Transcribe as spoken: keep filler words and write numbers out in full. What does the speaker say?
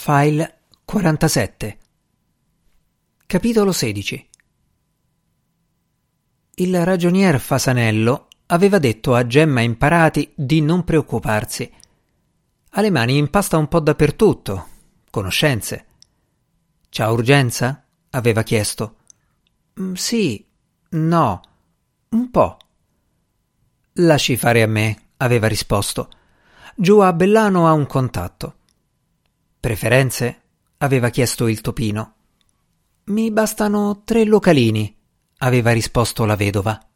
File quarantasette. Capitolo sedici. Il ragionier Fasanello aveva detto a Gemma Imparati di non preoccuparsi. Ha le mani in pasta un po' dappertutto, conoscenze. «C'ha urgenza?» aveva chiesto. «Sì, no, un po'». «Lasci fare a me», aveva risposto. «Giù a Bellano ha un contatto». «Preferenze?» aveva chiesto il topino. «Mi bastano tre localini», aveva risposto la vedova.